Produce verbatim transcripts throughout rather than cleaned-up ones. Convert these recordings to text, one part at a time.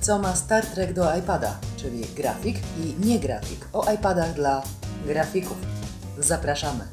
co ma Star Trek do iPada, czyli grafik i nie grafik, o iPadach dla grafików. Zapraszamy.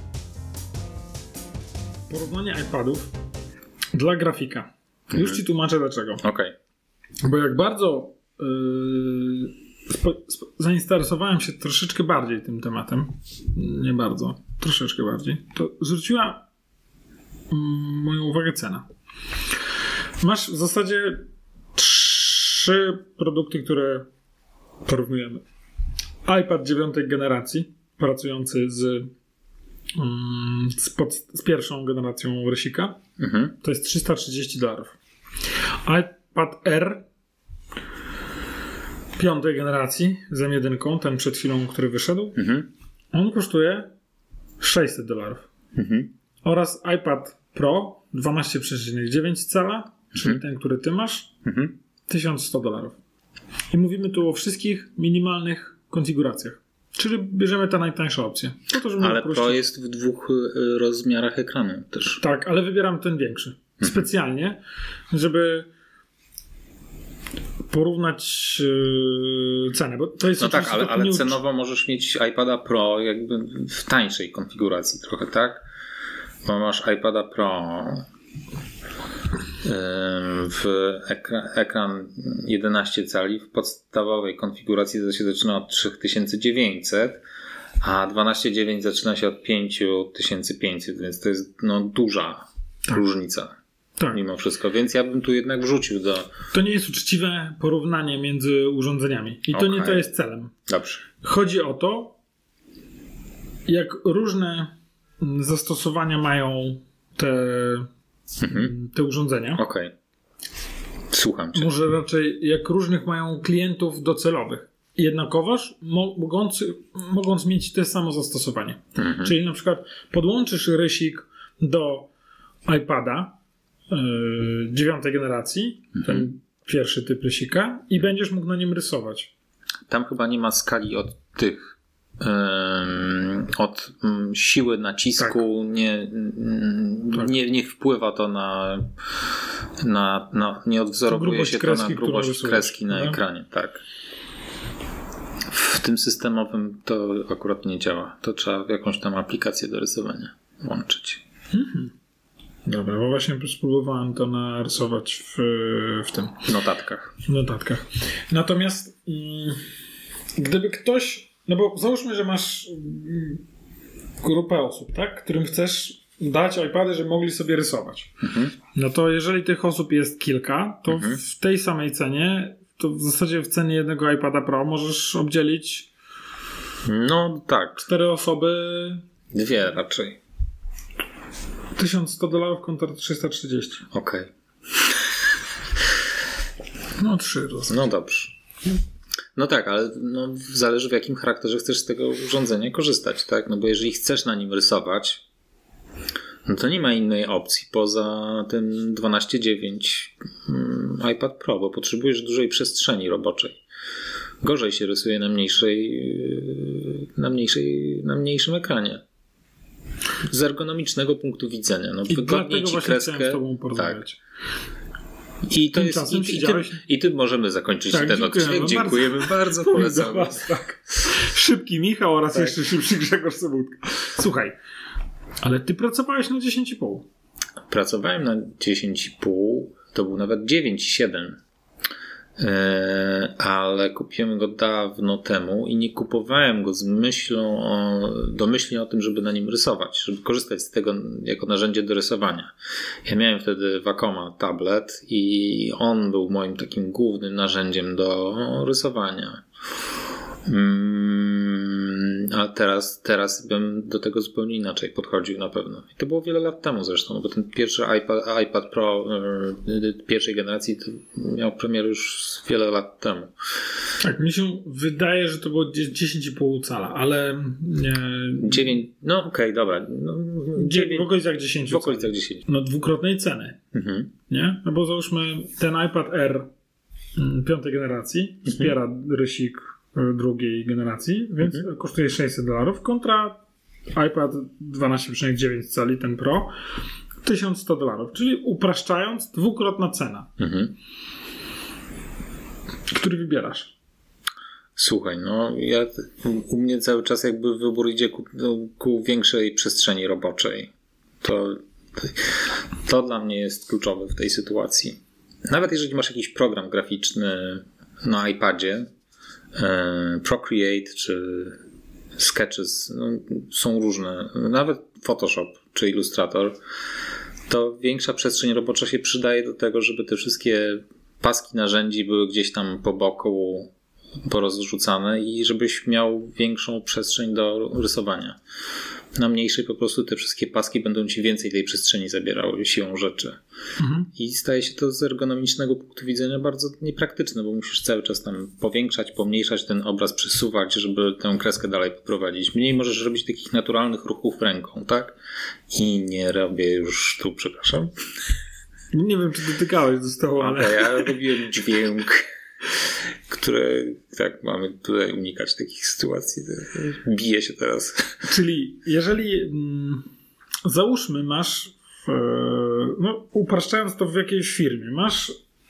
Porównanie iPadów dla grafika. Mhm. Już Ci tłumaczę dlaczego. Okej. Okay. Bo jak bardzo yy, spo, spo, zainteresowałem się troszeczkę bardziej tym tematem, nie bardzo, troszeczkę bardziej, to zwróciła yy, moją uwagę cena. Masz w zasadzie trzy produkty, które porównujemy. iPad dziewiątej generacji, pracujący z, mm, z, pod, z pierwszą generacją rysika. Mhm. To jest trzysta trzydzieści dolarów. iPad Air piątej generacji z M jeden, ten przed chwilą, który wyszedł, mhm. on kosztuje sześćset dolarów. Mhm. Oraz iPad Pro dwanaście przecinek dziewięć cala, czyli ten, który ty masz, mhm. tysiąc sto dolarów. I mówimy tu o wszystkich minimalnych konfiguracjach. Czyli bierzemy te najtańsze opcje. Po to, żeby ale prościej... Pro jest w dwóch rozmiarach ekranu też. Tak, ale wybieram ten większy. Mhm. Specjalnie, żeby porównać yy, cenę. Bo to jest no tak, ale, ale nie... cenowo możesz mieć iPada Pro jakby w tańszej konfiguracji trochę, tak? Bo masz iPada Pro w ekran, ekran jedenaście cali w podstawowej konfiguracji to się zaczyna od trzy tysiące dziewięćset, a dwanaście przecinek dziewięć zaczyna się od pięć tysięcy pięćset, więc to jest no, duża tak. różnica. Tak. Mimo wszystko, więc ja bym tu jednak wrzucił do... To nie jest uczciwe porównanie między urządzeniami i to okay. nie to jest celem. Dobrze. Chodzi o to, jak różne zastosowania mają te, mhm. te urządzenia. Okej. Okay. Słucham cię. Może raczej jak różnych mają klientów docelowych. Jednakowoż mogąc, mogąc mieć te samo zastosowanie. Mhm. Czyli na przykład podłączysz rysik do iPada Yy, dziewiątej generacji, mhm. ten pierwszy typ rysika i będziesz mógł na nim rysować. Tam chyba nie ma skali od tych yy, od yy, siły nacisku, tak. Nie, yy, tak. nie, nie wpływa to na, na, na nie odwzorowuje się kreski, to na grubość kreski na no? ekranie. Tak. W tym systemowym to akurat nie działa. To trzeba jakąś tam aplikację do rysowania łączyć. Mhm. Dobra, bo właśnie spróbowałem to narysować w, w tym. W notatkach. W notatkach. Natomiast mm, gdyby ktoś, no bo załóżmy, że masz mm, grupę osób, tak, którym chcesz dać iPady, żeby mogli sobie rysować. Mhm. No to jeżeli tych osób jest kilka, to mhm. w tej samej cenie, to w zasadzie w cenie jednego iPada Pro możesz obdzielić no tak. cztery osoby. Dwie raczej. tysiąc sto dolarów kontra trzysta trzydzieści. Okej. Okay. No trzy rozumiem. No dobrze. No tak, ale no, zależy w jakim charakterze chcesz z tego urządzenia korzystać, tak? No bo jeżeli chcesz na nim rysować, no to nie ma innej opcji poza tym dwanaście przecinek dziewięć hmm, iPad Pro, bo potrzebujesz dużej przestrzeni roboczej. Gorzej się rysuje na mniejszej, na mniejszej, na mniejszym ekranie. Z ergonomicznego punktu widzenia. No, I wygodniej ci kreskę. Z tobą porozmawiać. Tak. I to jest, i, i, tym, I tym możemy zakończyć tak, ten odcinek. Dziękujemy, dziękujemy bardzo, bardzo polecamy. Was, tak. Szybki Michał oraz tak. jeszcze szybszy Grzegorz Sobótka. Słuchaj, ale ty pracowałeś na dziesięć i pół. Pracowałem na dziesięć i pół, to był nawet dziewięć przecinek siedem. Ale kupiłem go dawno temu i nie kupowałem go z myślą o, domyślnie o tym, żeby na nim rysować, żeby korzystać z tego jako narzędzie do rysowania. Ja miałem wtedy Wacoma tablet i on był moim takim głównym narzędziem do rysowania. Hmm, a teraz, teraz bym do tego zupełnie inaczej podchodził na pewno. I to było wiele lat temu zresztą, bo ten pierwszy iPad, iPad Pro yy, pierwszej generacji to miał premierę już wiele lat temu. Tak, mi się wydaje, że to było dziesięć i pół cala, ale nie... dziewięć, no okej, okay, dobra. No, dziewięć, w okolicach dziesięć. W okolicach dziesięć. No dwukrotnej ceny. Mhm. Nie? No bo załóżmy ten iPad Air piątej generacji wspiera mhm. rysik drugiej generacji, więc mhm. kosztuje sześćset dolarów kontra iPad dwanaście przecinek dziewięć cali, ten Pro, tysiąc sto dolarów, czyli upraszczając dwukrotna cena. Mhm. Który wybierasz? Słuchaj, no ja, u mnie cały czas jakby wybór idzie ku, ku większej przestrzeni roboczej. To, to dla mnie jest kluczowe w tej sytuacji. Nawet jeżeli masz jakiś program graficzny na iPadzie, e, Procreate czy Sketches, no, są różne, nawet Photoshop czy Illustrator, to większa przestrzeń robocza się przydaje do tego, żeby te wszystkie paski narzędzi były gdzieś tam po boku porozrzucane i żebyś miał większą przestrzeń do rysowania. Na mniejszej po prostu te wszystkie paski będą ci więcej tej przestrzeni zabierały siłą rzeczy. Mhm. I staje się to z ergonomicznego punktu widzenia bardzo niepraktyczne, bo musisz cały czas tam powiększać, pomniejszać ten obraz, przesuwać, żeby tę kreskę dalej poprowadzić. Mniej możesz robić takich naturalnych ruchów ręką, tak? I nie robię już tu, przepraszam. Nie wiem, czy dotykałeś do stołu, ale... ale ja robiłem dźwięk, które tak mamy tutaj unikać takich sytuacji. Bije się teraz. Czyli jeżeli mm, załóżmy masz w, no upraszczając to w jakiejś firmie, masz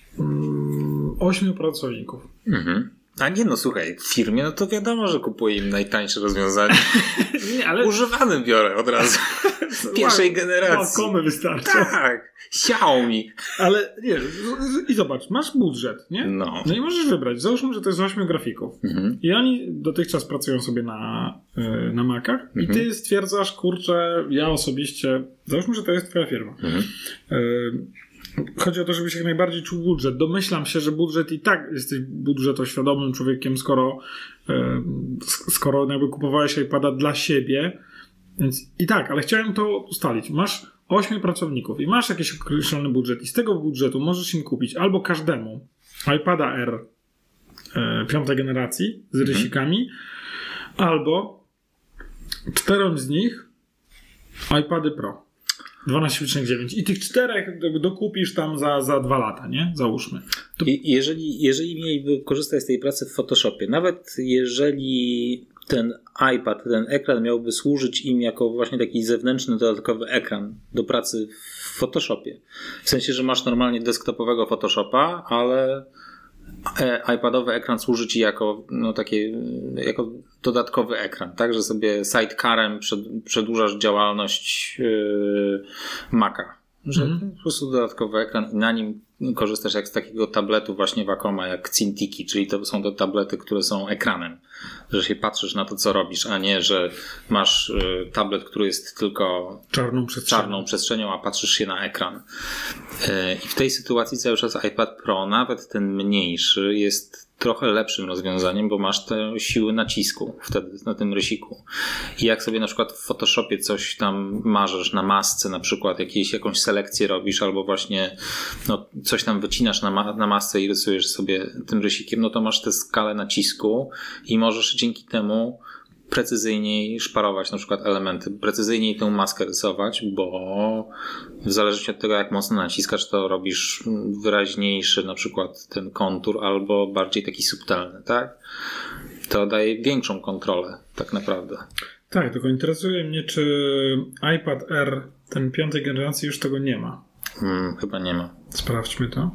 mm, ośmiu pracowników. Mhm. A nie no, słuchaj, w firmie no to wiadomo, że kupuję im najtańsze rozwiązanie. Nie, ale... Używany biorę od razu. Pierwszej generacji. Wackomy wystarczy. Tak, Xiaomi. Ale nie, i zobacz, masz budżet, nie? No. No i możesz wybrać. Załóżmy, że to jest ośmiu grafików. Mhm. I oni dotychczas pracują sobie na, na Macach mhm. i ty stwierdzasz, kurczę, ja osobiście, załóżmy, że to jest twoja firma. Mhm. Y- Chodzi o to, żebyś jak najbardziej czuł budżet. Domyślam się, że budżet i tak jesteś budżetoświadomym człowiekiem, skoro, skoro jakby kupowałeś iPada dla siebie. Więc i tak, ale chciałem to ustalić. Masz ośmiu pracowników i masz jakiś określony budżet i z tego budżetu możesz im kupić albo każdemu iPada R e, piątej generacji z mhm. rysikami, albo czterem z nich iPady Pro dwanaście przecinek dziewięć i tych czterech dokupisz tam za, za dwa lata, nie? Załóżmy. To... I jeżeli, jeżeli mieliby korzystać z tej pracy w Photoshopie, nawet jeżeli ten iPad, ten ekran miałby służyć im jako właśnie taki zewnętrzny, dodatkowy ekran do pracy w Photoshopie. W sensie, że masz normalnie desktopowego Photoshopa, ale iPadowy ekran służy ci jako, no, takie, jako dodatkowy ekran, tak? Że sobie sidecarem przed, przedłużasz działalność yy, Maca. Że mm. po prostu dodatkowy ekran i na nim korzystasz jak z takiego tabletu właśnie Wacoma, jak Cintiqui, czyli to są to tablety, które są ekranem. Że się patrzysz na to, co robisz, a nie, że masz y, tablet, który jest tylko czarną przestrzenią, czarną przestrzenią, a patrzysz się na ekran. Y, I w tej sytuacji cały czas iPad Pro, nawet ten mniejszy, jest trochę lepszym rozwiązaniem, bo masz te siły nacisku wtedy na tym rysiku. I jak sobie na przykład w Photoshopie coś tam marzysz na masce, na przykład jakieś, jakąś selekcję robisz, albo właśnie no, coś tam wycinasz na, ma- na masce i rysujesz sobie tym rysikiem, no to masz tę skalę nacisku i możesz dzięki temu precyzyjniej szparować na przykład elementy, precyzyjniej tę maskę rysować, bo w zależności od tego, jak mocno naciskasz, to robisz wyraźniejszy na przykład ten kontur albo bardziej taki subtelny, tak? To daje większą kontrolę tak naprawdę. Tak, tylko interesuje mnie, czy iPad R ten piątej generacji już tego nie ma. Hmm, chyba nie ma. Sprawdźmy to.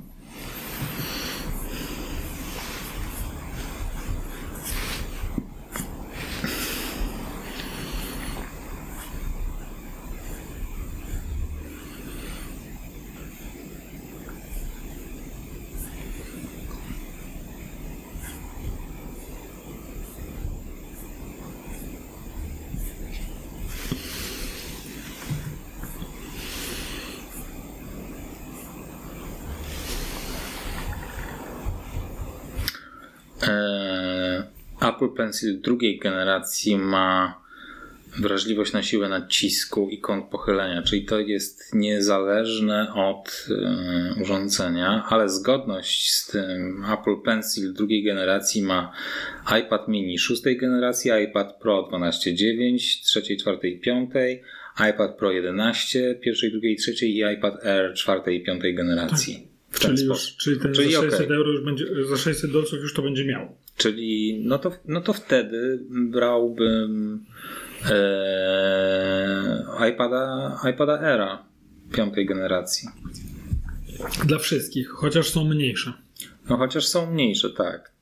Apple Pencil drugiej generacji ma wrażliwość na siłę nacisku i kąt pochylenia, czyli to jest niezależne od y, urządzenia, ale zgodność z tym Apple Pencil drugiej generacji ma iPad mini szóstej generacji, iPad Pro dwanaście dziewięć, trzeciej, czwartej i piątej, iPad Pro jedenaście, pierwszej, drugiej i trzeciej i iPad Air czwartej i piątej generacji. W ten czyli, już, czyli ten czyli za sześćset okay. euro już będzie, za sześćset dolców już to będzie miał. Czyli no to, no to wtedy brałbym e, iPada, iPada Aira piątej generacji. Dla wszystkich, chociaż są mniejsze. No chociaż są mniejsze, tak.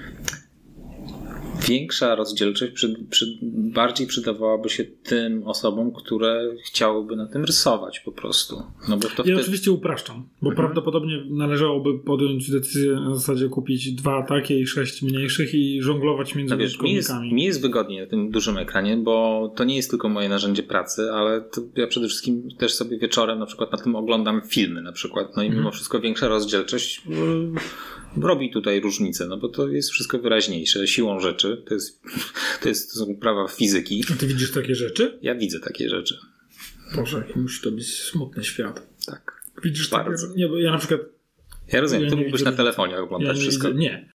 Większa rozdzielczość przy, przy, bardziej przydawałaby się tym osobom, które chciałyby na tym rysować po prostu. No bo to ja wtedy... oczywiście upraszczam, bo mhm. prawdopodobnie należałoby podjąć decyzję na zasadzie kupić dwa takie i sześć mniejszych i żonglować między no wiesz, mi jest, mi jest wygodniej na tym dużym ekranie, bo to nie jest tylko moje narzędzie pracy, ale to ja przede wszystkim też sobie wieczorem na przykład na tym oglądam filmy na przykład. No i mhm. mimo wszystko większa rozdzielczość yy, robi tutaj różnicę, no bo to jest wszystko wyraźniejsze siłą rzeczy. To jest, to jest to są prawa fizyki. A ty widzisz takie rzeczy? Ja widzę takie rzeczy. Boże, musi to być smutny świat. Tak. Widzisz takie... Nie, bo ja na przykład... Ja rozumiem, ja ty mógłbyś na telefonie oglądać ja wszystko. Widzę, nie.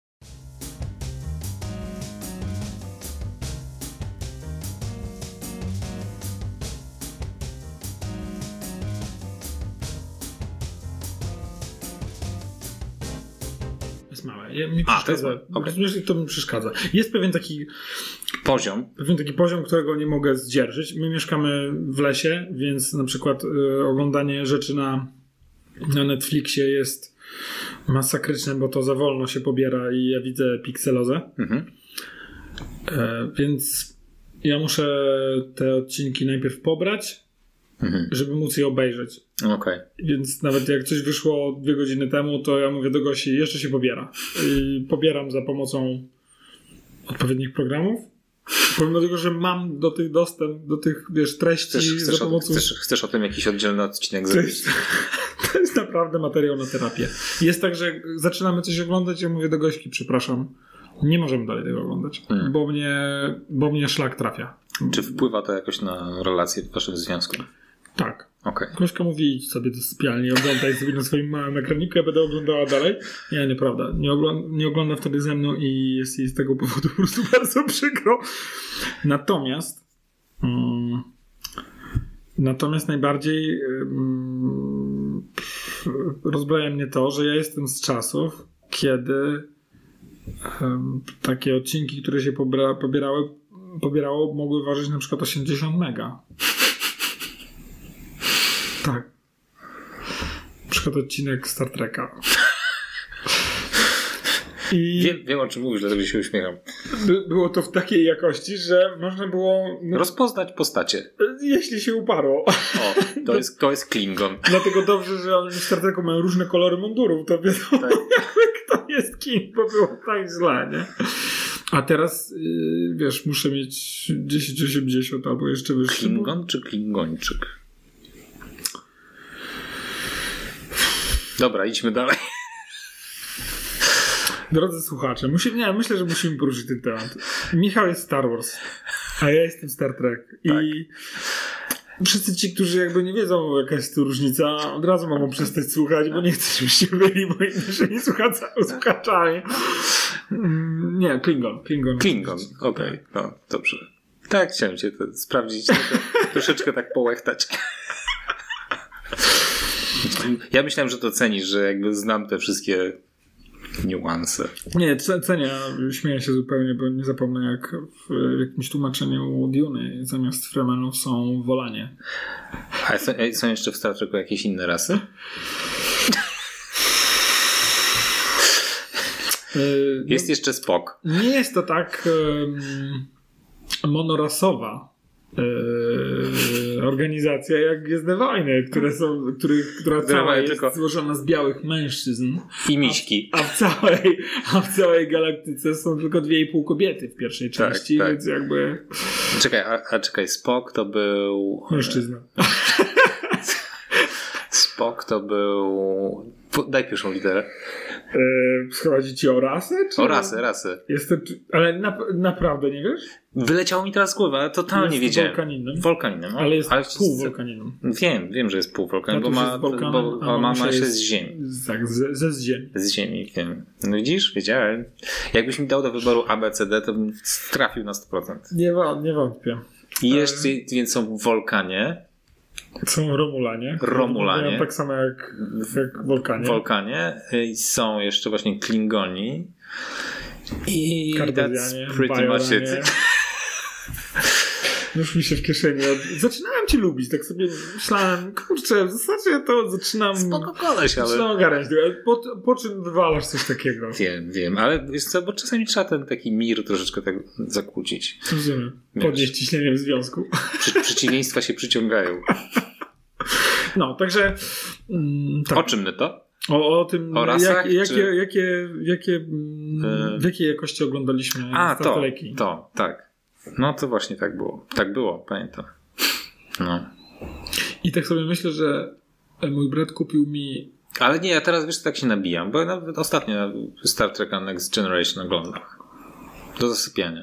Jest małe. Ja, mi A, to jest okay. okay. To mi przeszkadza. Jest pewien taki poziom. Pewien taki poziom, którego nie mogę zdzierżyć. My mieszkamy w lesie, więc na przykład y, oglądanie rzeczy na, na Netflixie jest masakryczne, bo to za wolno się pobiera i ja widzę pikselozę. Mhm. E, więc ja muszę te odcinki najpierw pobrać, mhm. żeby móc je obejrzeć. Okay. Więc nawet jak coś wyszło dwie godziny temu, to ja mówię do Gosi, jeszcze się pobiera. I pobieram za pomocą odpowiednich programów. Pomimo tego, że mam do tych dostęp, do tych, wiesz, treści chcesz, chcesz za pomocą... O, chcesz, chcesz o tym jakiś oddzielny odcinek zrobić? To jest naprawdę materiał na terapię. Jest tak, że zaczynamy coś oglądać i ja mówię do Gośki, przepraszam, nie możemy dalej tego oglądać, hmm. bo, mnie, bo mnie szlak trafia. Czy wpływa to jakoś na relacje w waszym związku? Tak. Okay. Gośka mówi, idź sobie do sypialni, oglądaj sobie na swoim małym ekraniku, ja będę oglądała dalej. Nie, nieprawda. Nie ogląda, nie ogląda wtedy ze mną i jest jej z tego powodu po prostu bardzo przykro. Natomiast um, natomiast najbardziej um, rozbraja mnie to, że ja jestem z czasów, kiedy um, takie odcinki, które się pobra, pobierały, pobierało, mogły ważyć na przykład osiemdziesiąt mega. Tak. Na przykład odcinek Star Treka. I wiem, wiem o czym mówisz, dlatego się uśmiecham. By, było to w takiej jakości, że można było... No, rozpoznać postacie. Jeśli się uparło. O, to, jest, to jest Klingon. Dlatego dobrze, że oni w Star Treku mają różne kolory mundurów. To wiadomo, tak. Kto jest kim, bo było tak źle, nie? A teraz, yy, wiesz, muszę mieć dziesięć osiemdziesiąt albo jeszcze wyższy. Klingon czy Klingończyk? Dobra, idźmy dalej. Drodzy słuchacze, musi, nie, myślę, że musimy poruszyć ten temat. Michał jest Star Wars, a ja jestem Star Trek. Tak. I wszyscy ci, którzy jakby nie wiedzą, jaka jest tu różnica, od razu mogą przestać słuchać, bo nie chcę, żebyście byli moimi słuchaczami. Nie, Klingon. Klingon, Klingon. okej, okay. No dobrze. Tak, chciałem cię to sprawdzić, to troszeczkę tak połechtać. Ja myślałem, że to cenisz, że jakby znam te wszystkie niuanse. Nie, cenię. Śmieję się zupełnie, bo nie zapomnę, jak w jakimś tłumaczeniu Duny zamiast Fremenów są Wolanie. A są, są jeszcze w Star Treku jakieś inne rasy? Jest no, jeszcze Spock. Nie jest to tak um, monorasowa Yy, organizacja jak Gwiezdne Wojny, które są, których, która cała jest tylko złożona z białych mężczyzn i miśki, a, a, w całej, a w całej galaktyce są tylko dwie i pół kobiety w pierwszej tak, części, tak. więc jakby czekaj, a, a czekaj, Spock to był mężczyzna. Spock to był daj pierwszą literę. Yy, chodzi ci o rasę? Czy... O rasę, rasę. Jestem, ale na, naprawdę nie wiesz? Wyleciało mi teraz z głowy, ale totalnie jest wiedziałem. Wolkaninem. Wolkaninem. Ale jest ale półwolkaninem. Wiem, wiem, że jest półwolkaninem, bo ma, Wolkanem, bo, bo ma się z ziemi. Tak, ze, ze z ziemi. Z ziemi, wiem. No widzisz, wiedziałem. Jakbyś mi dał do wyboru A, B, C, D, to bym trafił na sto procent. Nie, nie wątpię. I jeszcze, więc są Wolkanie. Są Romulanie. Romulanie. Tak samo jak, jak Wolkanie. Wolkanie. I są jeszcze właśnie Klingoni. I Kartezjanie, that's pretty much it. nóż mi się w kieszeni. Zaczynałem cię lubić, tak sobie myślałem, kurczę, w zasadzie to zaczynam... Spoko koleś, ale... Zaczynam ogarniać. Po, po czym wywalasz coś takiego? Wiem, wiem, ale wiesz co, bo czasami trzeba ten taki mir troszeczkę tak zakłócić. Rozumiem. Podnieść ciśnienie w związku. Przy, przeciwieństwa się przyciągają. No, także... Mm, tak. O czym my to? O, o tym, o rasach, jak, jakie, czy... jakie, jakie, w jakiej jakości oglądaliśmy A, Star to, Treki. to, tak. No to właśnie tak było. Tak było, pamiętam. No. I tak sobie myślę, że mój brat kupił mi... Ale nie, ja teraz wiesz, tak się nabijam, bo nawet ostatnio Star Trek Next Generation oglądam. Do zasypiania.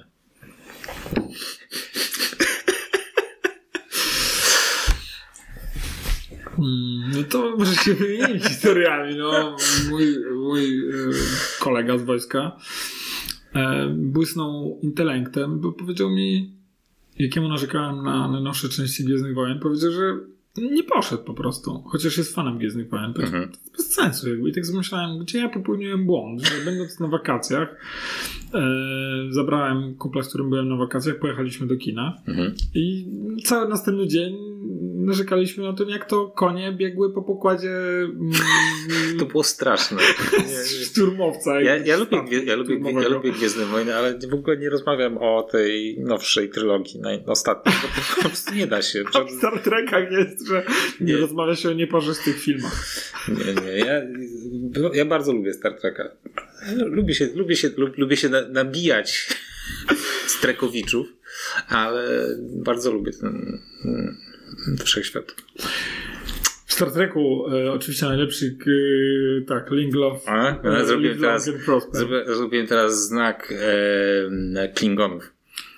Hmm, no to może się wymienić historiami. No, mój mój e, kolega z wojska e, błysnął intelektem, bo powiedział mi, jakiemu narzekałem na najnowsze części Gwiezdnych Wojen, powiedział, że nie poszedł po prostu, chociaż jest fanem Gwiezdnych Wojen. To mhm. jest bez sensu jakby. I tak zamyślałem, gdzie ja popełniłem błąd, że będąc na wakacjach e, zabrałem kumpla, z którym byłem na wakacjach, pojechaliśmy do kina mhm. i cały następny dzień narzekaliśmy na to, jak to konie biegły po pokładzie mm, to było straszne. szturmowca. Ja, ja, lubię, ja, lubię, ja lubię Gwiezdne Wojny, ale w ogóle nie rozmawiam o tej nowszej trylogii, ostatniej, bo to po prostu nie da się. A w Star Trekach jest, że nie, nie rozmawia się o nieparzystych filmach. Nie, nie. Ja, ja bardzo lubię Star Treka. Lubię się, lubię się, lubię się nabijać z trekowiczów, ale bardzo lubię ten wszechświat. W Star Treku e, oczywiście najlepszy e, tak, Lindelof. A, ja zrobiłem, teraz, zrobię, zrobiłem teraz znak e, Klingonów.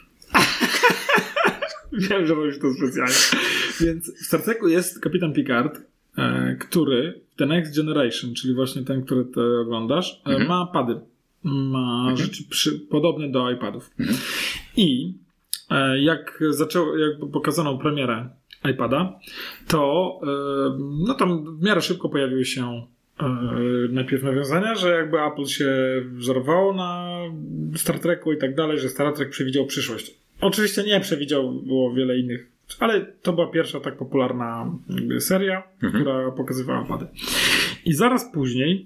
Wiem, że robisz to specjalnie. Więc w Star Treku jest kapitan Picard, e, który The Next Generation, czyli właśnie ten, który ty oglądasz, e, mhm. ma pady. Ma mhm. rzeczy przy, podobne do iPadów. Mhm. I e, jak zaczęło, jak pokazano premierę iPada, to no tam w miarę szybko pojawiły się najpierw nawiązania, że jakby Apple się wzorowało na Star Treku i tak dalej, że Star Trek przewidział przyszłość. Oczywiście nie przewidział, było wiele innych, ale to była pierwsza tak popularna seria, mhm. która pokazywała pady. I zaraz później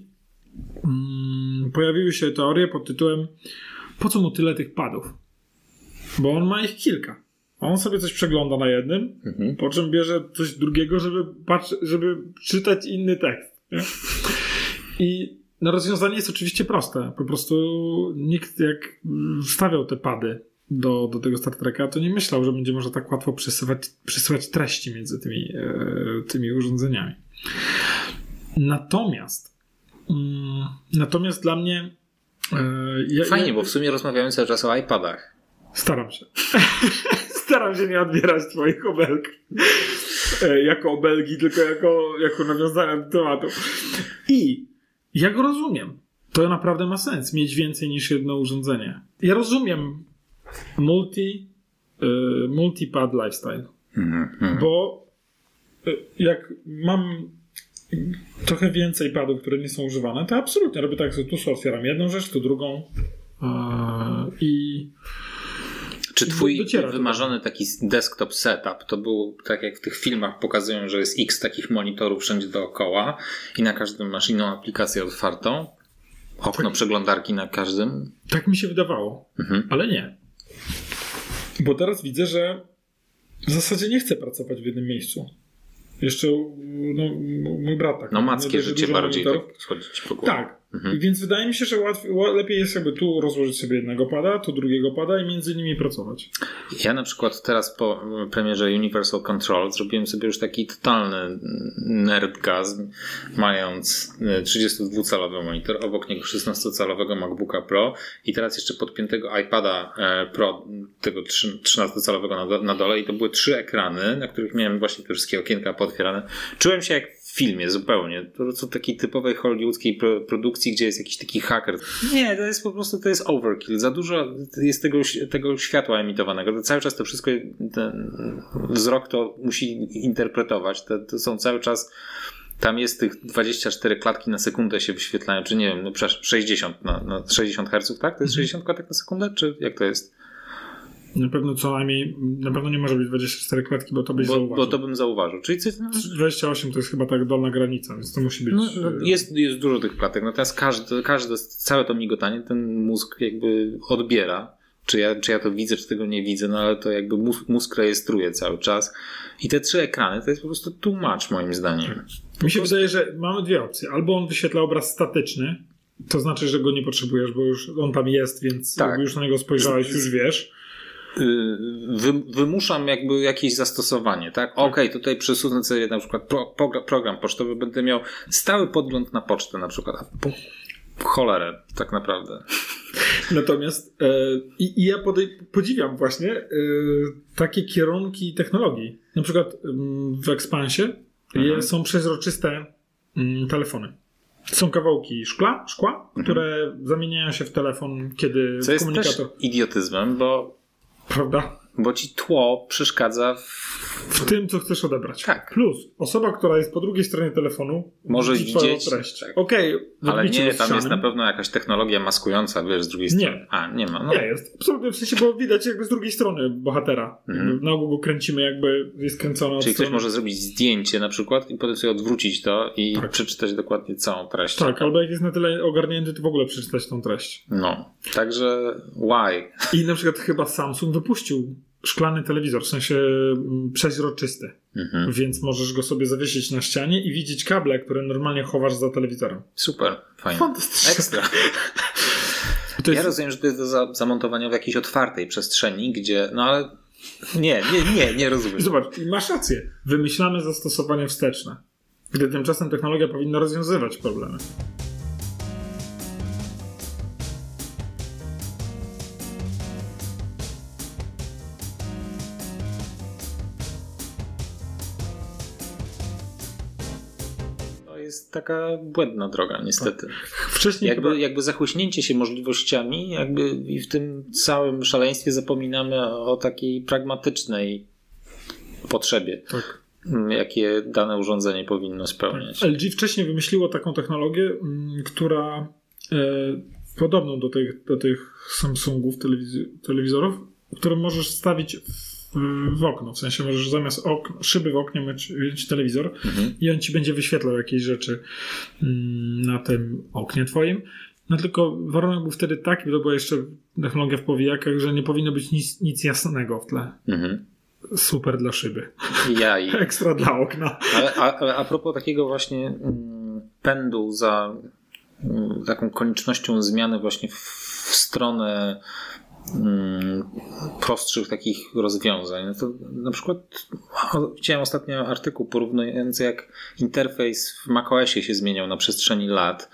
mm, pojawiły się teorie pod tytułem po co mu tyle tych padów? Bo on ma ich kilka. On sobie coś przegląda na jednym, mhm. po czym bierze coś drugiego, żeby, patrzy, żeby czytać inny tekst. Nie? I no, rozwiązanie jest oczywiście proste. Po prostu nikt jak wstawiał te pady do, do tego Star Treka, to nie myślał, że będzie można tak łatwo przesyłać, przesyłać treści między tymi, e, tymi urządzeniami. Natomiast mm, natomiast dla mnie e, ja, fajnie, ja, bo w sumie rozmawiamy cały czas o iPadach. Staram się. Staram się nie odbierać twoich obelg e, jako obelgi, tylko jako, jako nawiązania do tematu. I ja go rozumiem. To naprawdę ma sens, mieć więcej niż jedno urządzenie. Ja rozumiem multi, y, multi-pad lifestyle. Mm-hmm. Bo y, jak mam trochę więcej padów, które nie są używane, to absolutnie robię tak, że tu sobie otwieram jedną rzecz, tu drugą y, i czy twój wymarzony taki desktop setup to był tak jak w tych filmach pokazują, że jest x takich monitorów wszędzie dookoła i na każdym masz inną aplikację otwartą? Okno tak, przeglądarki na każdym? Tak mi się wydawało, mhm. ale nie. Bo teraz widzę, że w zasadzie nie chcę pracować w jednym miejscu. Jeszcze no, mój brat tak. No mackie życie bardziej tak chodzi ci po głowie. Tak. Mhm. Więc wydaje mi się, że łatwiej, lepiej jest jakby tu rozłożyć sobie jednego pada, tu drugiego pada i między nimi pracować. Ja na przykład teraz po premierze Universal Control zrobiłem sobie już taki totalny nerdgazm, mając trzydziestodwucalowy monitor, obok niego szesnastocalowego MacBooka Pro i teraz jeszcze podpiętego iPada Pro, tego trzynastocalowego na dole i to były trzy ekrany, na których miałem właśnie te wszystkie okienka pootwierane. Czułem się jak w filmie zupełnie. To co takiej typowej hollywoodzkiej produkcji, gdzie jest jakiś taki haker. Nie, to jest po prostu, to jest overkill. Za dużo jest tego, tego światła emitowanego. To cały czas to wszystko, ten wzrok to musi interpretować. To, to są cały czas, tam jest tych dwadzieścia cztery klatki na sekundę się wyświetlają, czy nie wiem, no przepraszam, sześćdziesiąt na, na sześćdziesiąt herców, tak? To jest sześćdziesiąt klatek na sekundę, czy jak to jest? Na pewno co najmniej, na pewno nie może być dwadzieścia cztery klatki, bo to byś bo, zauważył. Bo to bym zauważył. Czyli coś, no, dwadzieścia osiem to jest chyba tak dolna granica, więc to musi być... No, no, jest, jest dużo tych klatek. No teraz każdy, każde, całe to migotanie ten mózg jakby odbiera. Czy ja, czy ja to widzę, czy tego nie widzę, no ale to jakby mózg, mózg rejestruje cały czas. I te trzy ekrany to jest po prostu too much moim zdaniem. Mi się wydaje, że mamy dwie opcje. Albo on wyświetla obraz statyczny, to znaczy, że go nie potrzebujesz, bo już on tam jest, więc tak. jakby już na niego spojrzałeś, już wiesz. Wy, wymuszam jakby jakieś zastosowanie, tak? Okej, okay, tutaj przesunę sobie na przykład pro, pro, program pocztowy, będę miał stały podgląd na pocztę na przykład. Po, cholerę, tak naprawdę. Natomiast e, i, i ja podej- podziwiam właśnie e, takie kierunki technologii. Na przykład m, w Expansie mhm. je, są przezroczyste m, telefony. Są kawałki szkła, szkła, mhm. które zamieniają się w telefon, kiedy Co jest komunikator... też idiotyzmem, bo... Prawda? Bo ci tło przeszkadza w... w tym, co chcesz odebrać. Tak. Plus osoba, która jest po drugiej stronie telefonu, może widzieć treść. Tak. Okej, okay, ale nie, tam jest na pewno jakaś technologia maskująca, wiesz, z drugiej nie. strony. A, nie ma. No. Nie, jest absolutnie, w sensie, bo widać jakby z drugiej strony bohatera. Mhm. Na ogół go kręcimy, jakby jest kręcone od Czyli strony. ktoś może zrobić zdjęcie na przykład i potem sobie odwrócić to i tak. przeczytać dokładnie całą treść. Tak, albo jak jest na tyle ogarnięty, to w ogóle przeczytać tą treść. No, także why? I na przykład chyba Samsung wypuścił szklany telewizor, w sensie przeźroczysty. Mhm. Więc możesz go sobie zawiesić na ścianie i widzieć kable, które normalnie chowasz za telewizorem. Super, fajnie. Fantastycznie. Ekstra. To jest... Ja rozumiem, że to jest do za- zamontowania w jakiejś otwartej przestrzeni, gdzie... No ale... Nie, nie, nie, nie rozumiem. Zobacz, masz rację. Wymyślamy zastosowania wsteczne. Gdy tymczasem technologia powinna rozwiązywać problemy. Jest taka błędna droga, niestety. Wcześniej jakby, chyba... jakby zachłyśnięcie się możliwościami, jakby i w tym całym szaleństwie zapominamy o takiej pragmatycznej potrzebie, tak. jakie dane urządzenie powinno spełniać. Tak. L G wcześniej wymyśliło taką technologię, która e, podobną do tych, do tych Samsungów telewiz- telewizorów, które możesz wstawić w w okno, w sensie możesz zamiast okna, szyby w oknie mieć, mieć telewizor mhm. i on ci będzie wyświetlał jakieś rzeczy na tym oknie twoim. No tylko warunek był wtedy taki, bo to była jeszcze technologia w powijakach, że nie powinno być nic, nic jasnego w tle. Mhm. Super dla szyby. Ja i... Ekstra dla okna. Ale, a, ale a propos takiego właśnie mm, pędu za mm, taką koniecznością zmiany właśnie w, w stronę prostszych takich rozwiązań. No to na przykład widziałem ostatnio artykuł porównujący, jak interfejs w macOSie się zmieniał na przestrzeni lat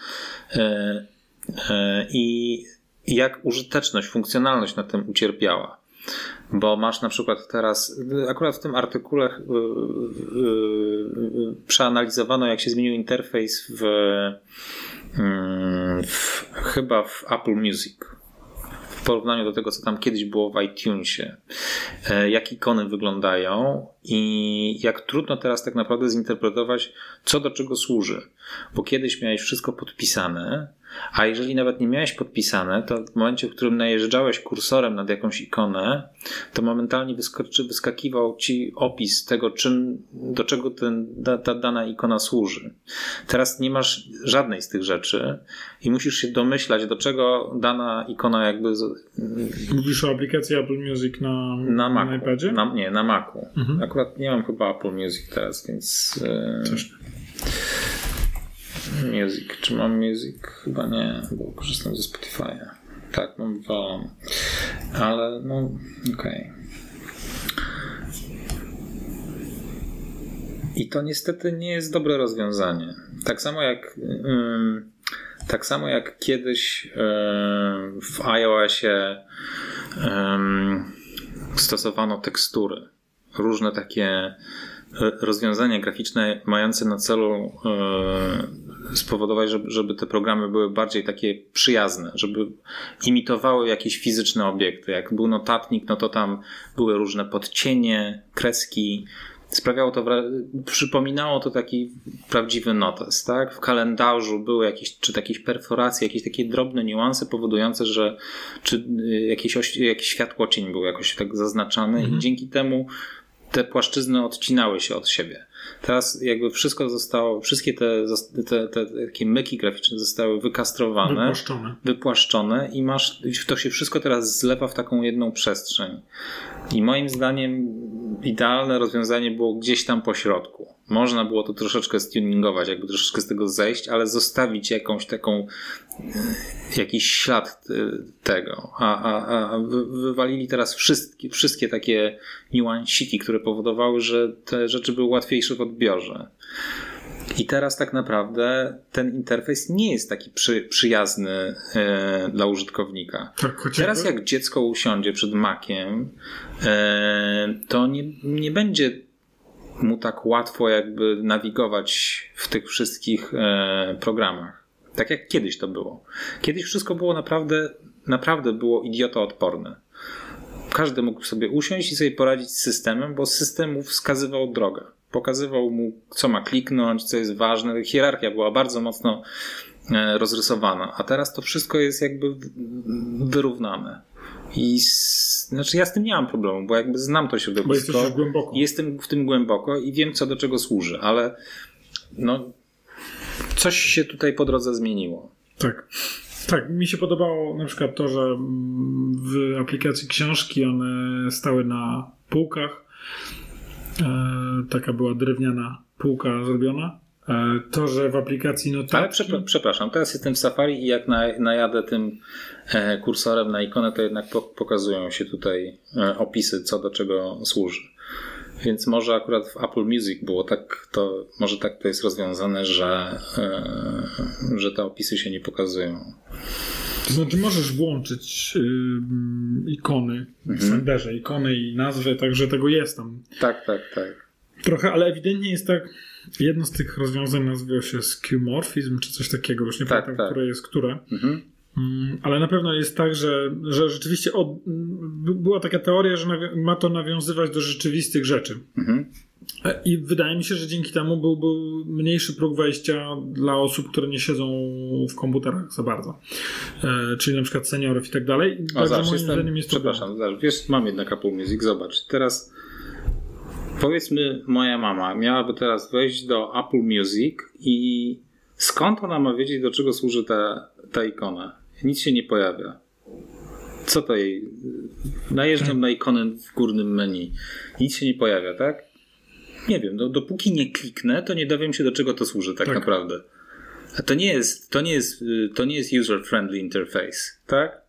i jak użyteczność, funkcjonalność na tym ucierpiała. Bo masz na przykład teraz, akurat w tym artykule przeanalizowano, jak się zmienił interfejs w, w chyba w Apple Music. W porównaniu do tego, co tam kiedyś było w iTunesie, jak ikony wyglądają i jak trudno teraz tak naprawdę zinterpretować, co do czego służy. Bo kiedyś miałeś wszystko podpisane, a jeżeli nawet nie miałeś podpisane, to w momencie, w którym najeżdżałeś kursorem nad jakąś ikonę, to momentalnie wyskoczy, wyskakiwał ci opis tego, czym, do czego ten, ta, ta dana ikona służy. Teraz nie masz żadnej z tych rzeczy i musisz się domyślać, do czego dana ikona jakby... Mówisz o aplikacji Apple Music na, na, Macu. na iPadzie? Na, nie, na Macu. Mhm. Akurat nie mam chyba Apple Music teraz, więc... Coś. Music. Czy mam Music? Chyba nie, bo korzystam ze Spotify'a. Tak, mam dwa. Ale no, okej. Okay. I to niestety nie jest dobre rozwiązanie. Tak samo jak ym, tak samo jak kiedyś ym, w iOSie ym, stosowano tekstury. Różne takie rozwiązania graficzne mające na celu yy, spowodować, żeby, żeby te programy były bardziej takie przyjazne, żeby imitowały jakieś fizyczne obiekty. Jak był notatnik, no to tam były różne podcienie, kreski, sprawiało to, przypominało to taki prawdziwy notes, tak? W kalendarzu były jakieś, czy jakieś perforacje, jakieś takie drobne niuanse powodujące, że czy jakieś, oś, jakieś światło cień był jakoś tak zaznaczany mhm. i dzięki temu te płaszczyzny odcinały się od siebie. Teraz jakby wszystko zostało, wszystkie te, te, te, te takie myki graficzne zostały wykastrowane, wypłaszczone. wypłaszczone i masz, to się wszystko teraz zlewa w taką jedną przestrzeń. I moim zdaniem idealne rozwiązanie było gdzieś tam po środku. Można było to troszeczkę stuningować, jakby troszeczkę z tego zejść, ale zostawić jakąś taką, jakiś ślad tego. A, a, a wywalili teraz wszystkie, wszystkie takie niuansiki, które powodowały, że te rzeczy były łatwiejsze w odbiorze. I teraz tak naprawdę ten interfejs nie jest taki przy, przyjazny e, dla użytkownika. Tak, teraz jak dziecko usiądzie przed Maciem, e, to nie, nie będzie mu tak łatwo jakby nawigować w tych wszystkich e, programach. Tak jak kiedyś to było. Kiedyś wszystko było naprawdę, naprawdę było idiotoodporne. Każdy mógł sobie usiąść i sobie poradzić z systemem, bo system mu wskazywał drogę. Pokazywał mu, co ma kliknąć, co jest ważne. Hierarchia była bardzo mocno e, rozrysowana. A teraz to wszystko jest jakby wyrównane. I z, znaczy ja z tym nie mam problemu, bo jakby znam to środowisko. Bo jesteś już głęboko. Jestem w tym głęboko i wiem, co do czego służy, ale no coś się tutaj po drodze zmieniło. Tak. Tak, mi się podobało na przykład to, że w aplikacji książki one stały na półkach. E, taka była drewniana półka zrobiona. E, to, że w aplikacji notatki... Ale przepra- przepraszam, teraz jestem w Safari i jak na, najadę tym e, kursorem na ikonę, to jednak po, pokazują się tutaj e, opisy, co do czego służy. Więc może akurat w Apple Music było tak, to może tak to jest rozwiązane, że, e, że te opisy się nie pokazują. To znaczy możesz włączyć y, ikony w mhm. Finderze, ikony i nazwy, także tego jest tam. Tak, tak, tak. Trochę, ale ewidentnie jest tak, jedno z tych rozwiązań nazywa się skeuomorphizm, czy coś takiego, już nie tak, pamiętam, tak. które jest które. Mhm. Ale na pewno jest tak, że, że rzeczywiście od, była taka teoria, że nawi- ma to nawiązywać do rzeczywistych rzeczy. Mhm. I wydaje mi się, że dzięki temu byłby mniejszy próg wejścia dla osób, które nie siedzą w komputerach za bardzo. E, czyli na przykład seniorów i tak dalej. O, Także moim zdaniem jest Przepraszam, zaraz, wiesz, mam jednak Apple Music, zobacz. Teraz powiedzmy moja mama miałaby teraz wejść do Apple Music i skąd ona ma wiedzieć, do czego służy ta, ta ikona? Nic się nie pojawia. Co to jej? Najeżdżam na ikonę w górnym menu. Nic się nie pojawia, tak? Nie wiem, no, dopóki nie kliknę, to nie dowiem się, do czego to służy tak, tak. naprawdę. A to nie jest, to nie jest, to nie jest user-friendly interface, tak?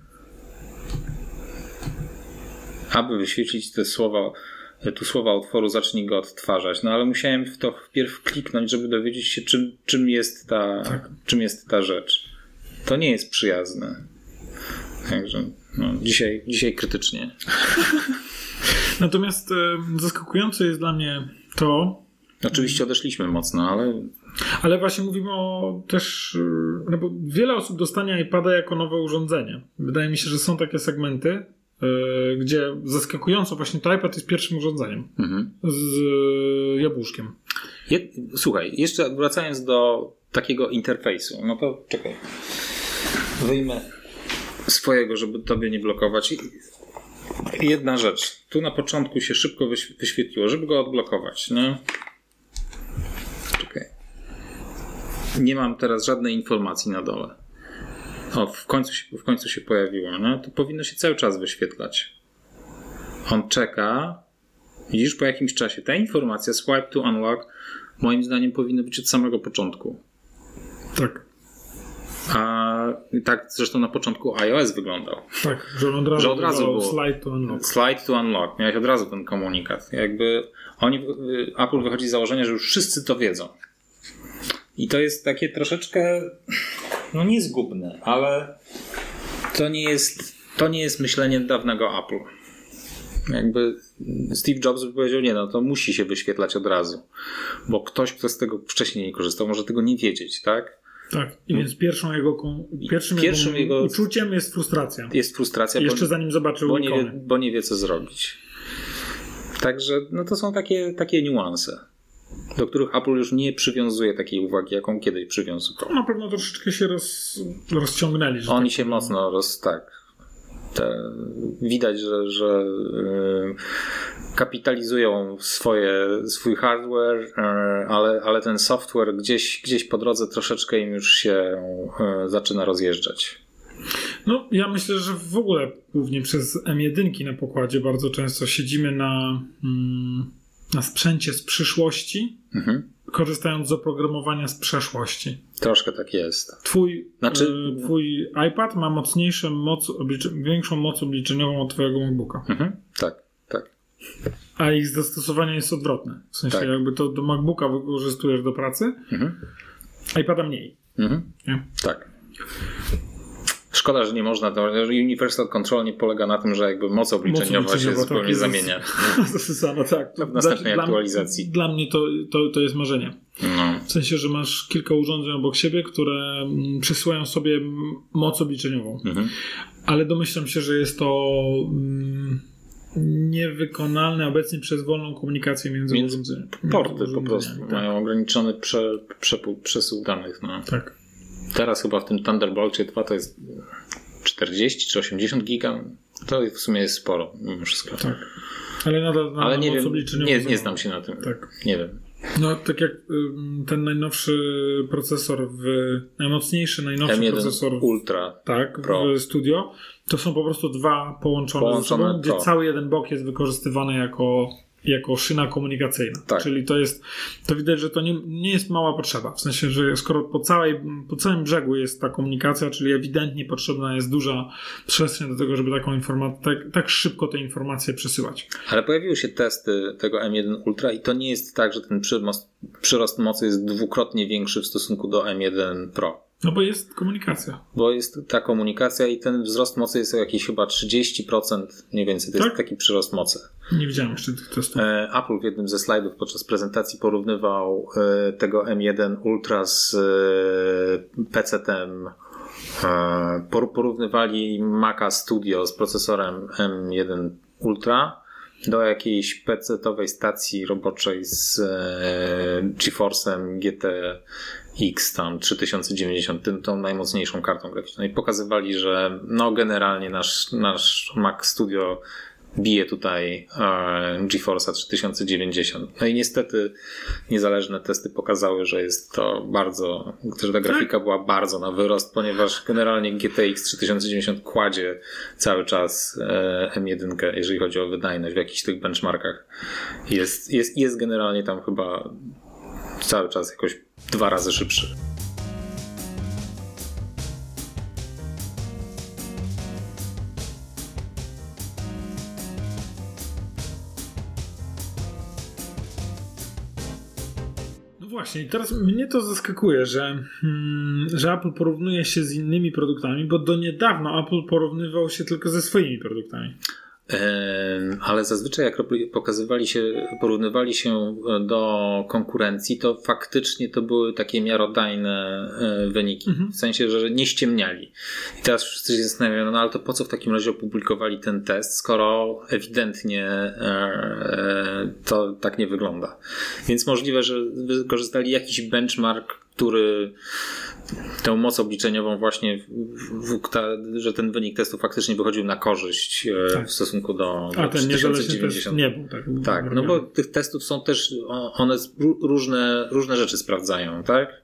Aby wyświetlić te słowa, tu słowa utworu, zacznij go odtwarzać. No ale musiałem w to wpierw kliknąć, żeby dowiedzieć się, czym, czym jest ta, tak. czym jest ta rzecz. To nie jest przyjazne. Także no, dzisiaj, dzisiaj krytycznie. Natomiast e, zaskakujące jest dla mnie to... Oczywiście odeszliśmy mocno, ale... Ale właśnie mówimy o też... No bo wiele osób dostanie iPada jako nowe urządzenie. Wydaje mi się, że są takie segmenty, e, gdzie zaskakująco właśnie to iPad jest pierwszym urządzeniem. Mhm. Z e, jabłuszkiem. Je, słuchaj, jeszcze wracając do takiego interfejsu. No to czekaj. Wyjmę swojego, żeby tobie nie blokować. Jedna rzecz. Tu na początku się szybko wyświetliło, żeby go odblokować. No. Czekaj. Nie mam teraz żadnej informacji na dole. O, w końcu się, w końcu się pojawiło. No. To powinno się cały czas wyświetlać. On czeka. Widzisz, po jakimś czasie. Ta informacja, swipe to unlock, moim zdaniem powinna być od samego początku. Tak. A tak zresztą na początku iOS wyglądał. Tak, że od razu, że od razu było slide to unlock. Slide to unlock. Miałeś od razu ten komunikat. Jakby oni, Apple wychodzi z założenia, że już wszyscy to wiedzą. I to jest takie troszeczkę, no nie zgubne, ale to nie jest, to nie jest myślenie dawnego Apple. Jakby Steve Jobs by powiedział, nie no, to musi się wyświetlać od razu. Bo ktoś, kto z tego wcześniej nie korzystał, może tego nie wiedzieć, tak? Tak, i więc pierwszą jego, pierwszym, pierwszym jego, jego uczuciem jest frustracja. Jest frustracja, jeszcze bo, zanim zobaczył bo nie, wie, bo nie wie, co zrobić. Także no to są takie, takie niuanse, do których Apple już nie przywiązuje takiej uwagi, jaką kiedyś przywiązywał. Na pewno troszeczkę się roz, rozciągnęli. Że Oni tak się powiem. mocno roz... tak. Te, widać, że, że yy, kapitalizują swoje, swój hardware, yy, ale, ale ten software gdzieś, gdzieś po drodze troszeczkę im już się yy, zaczyna rozjeżdżać. No, ja myślę, że w ogóle głównie przez M jeden na pokładzie bardzo często siedzimy na, mm, na sprzęcie z przyszłości, mhm. korzystając z oprogramowania z przeszłości. Troszkę tak jest. Twój, znaczy... y, twój iPad ma mocniejszą moc, oblicz- większą moc obliczeniową od twojego MacBooka. Mhm. Tak, tak. A ich zastosowanie jest odwrotne. W sensie tak. jakby to do MacBooka wykorzystujesz do pracy, mhm. iPada mniej. Mhm. Nie? Tak. Szkoda, że nie można, to Universal Control nie polega na tym, że jakby moc obliczeniowa moc się zupełnie tak, zamienia. Zasysano, tak. W następnej dla, aktualizacji. Dla mnie to, to, to jest marzenie. No. W sensie, że masz kilka urządzeń obok siebie, które przysyłają sobie moc obliczeniową. Mhm. Ale domyślam się, że jest to mm, niewykonalne obecnie przez wolną komunikację między Więc urządzeniami. Porty po prostu tak. mają ograniczony prze, przepływ, przesył danych. No. Tak. Teraz chyba w tym Thunderbolcie dwa to jest czterdzieści czy osiemdziesiąt giga. To w sumie jest sporo mimo wszystko. Tak. Ale nadal na Ale nie wiem, nie, nie znam się na tym. Tak. Nie wiem. No tak jak ten najnowszy procesor, w, najmocniejszy, najnowszy M jeden procesor w, Ultra tak, Pro. w Studio, to są po prostu dwa połączone, połączone ze sobą, gdzie cały jeden bok jest wykorzystywany jako jako szyna komunikacyjna. Tak. Czyli to jest, to widać, że to nie, nie jest mała potrzeba. W sensie, że skoro po, całej, po całym brzegu jest ta komunikacja, czyli ewidentnie potrzebna jest duża przestrzeń do tego, żeby taką informację, tak, tak szybko te informacje przesyłać. Ale pojawiły się testy tego M jeden Ultra i to nie jest tak, że ten przyrost, przyrost mocy jest dwukrotnie większy w stosunku do M jeden Pro. No bo jest komunikacja. Bo jest ta komunikacja i ten wzrost mocy jest o jakieś chyba trzydzieści procent mniej więcej. To tak? jest taki przyrost mocy. Nie widziałem jeszcze tych testów. Apple w jednym ze slajdów podczas prezentacji porównywał tego M jeden Ultra z pecetem. Porównywali Maca Studio z procesorem M jeden Ultra do jakiejś pecetowej stacji roboczej z GeForce'em G T X tam trzysta dziewięćdziesiąt, tą najmocniejszą kartą graficzną i pokazywali, że no generalnie nasz, nasz Mac Studio bije tutaj e, GeForce'a trzysta dziewięćdziesiąt. No i niestety niezależne testy pokazały, że jest to bardzo, że ta grafika była bardzo na wyrost, ponieważ generalnie G T X trzysta dziewięćdziesiąt kładzie cały czas e, M jeden, jeżeli chodzi o wydajność w jakichś tych benchmarkach. Jest, jest, jest generalnie tam chyba cały czas jakoś dwa razy szybszy. No właśnie, i teraz mnie to zaskakuje, że, hmm, że Apple porównuje się z innymi produktami, bo do niedawna Apple porównywał się tylko ze swoimi produktami. Ale zazwyczaj jak pokazywali się, porównywali się do konkurencji, to faktycznie to były takie miarodajne wyniki. Mhm. W sensie, że nie ściemniali. I teraz wszyscy się zastanawiają, no ale to po co w takim razie opublikowali ten test, skoro ewidentnie to tak nie wygląda. Więc możliwe, że wykorzystali jakiś benchmark, który tę moc obliczeniową właśnie, w, w, ta, że ten wynik testu faktycznie wychodził na korzyść tak. w stosunku do, do A ten niezależny test nie był tak. Tak, no bo tych testów są też, one różne, różne rzeczy sprawdzają, tak?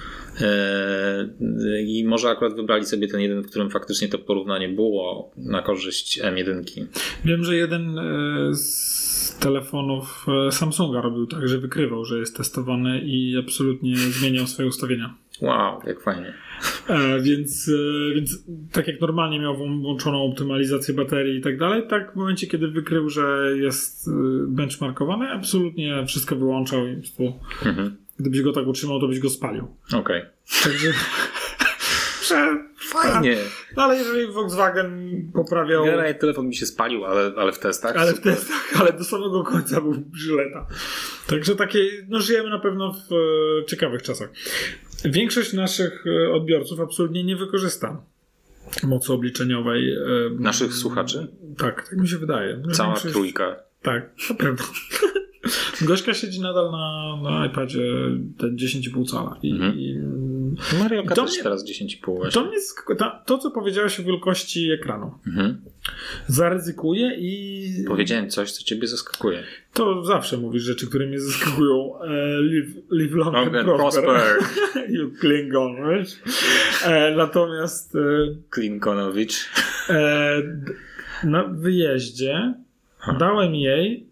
I może akurat wybrali sobie ten jeden, w którym faktycznie to porównanie było na korzyść M jeden. Wiem, że jeden z telefonów Samsunga robił tak, że wykrywał, że jest testowany i absolutnie zmieniał swoje ustawienia. Wow, jak fajnie. E, więc, e, więc tak jak normalnie miał włączoną optymalizację baterii i tak dalej, tak w momencie, kiedy wykrył, że jest benchmarkowany, absolutnie wszystko wyłączał i po prostu mhm. gdybyś go tak utrzymał, to byś go spalił. Okej. Okay. Także że, fajnie. No ale jeżeli Volkswagen poprawiał... Generalnie telefon mi się spalił, ale, ale w testach. Ale super. w testach, ale do samego końca był żyleta. Także takie, no żyjemy na pewno w e, ciekawych czasach. Większość naszych odbiorców absolutnie nie wykorzysta mocy obliczeniowej. Naszych słuchaczy? Tak, tak mi się wydaje. Cała Większość... trójka. Tak, na pewno. Gośka siedzi nadal na, na iPadzie ten dziesięć i pół cala. I, mhm. i, Mariolka i to też mnie, teraz dziesięć i pół właśnie. To, mnie, to, to, co powiedziałeś o wielkości ekranu. Mhm. Zaryzykuję i... Powiedziałem coś, co ciebie zaskakuje. To zawsze mówisz rzeczy, które mnie zaskakują. E, live, live long, long and prosper. prosper. You Klingon, wiesz? E, natomiast... E, Klingonowicz. E, na wyjeździe ha. dałem jej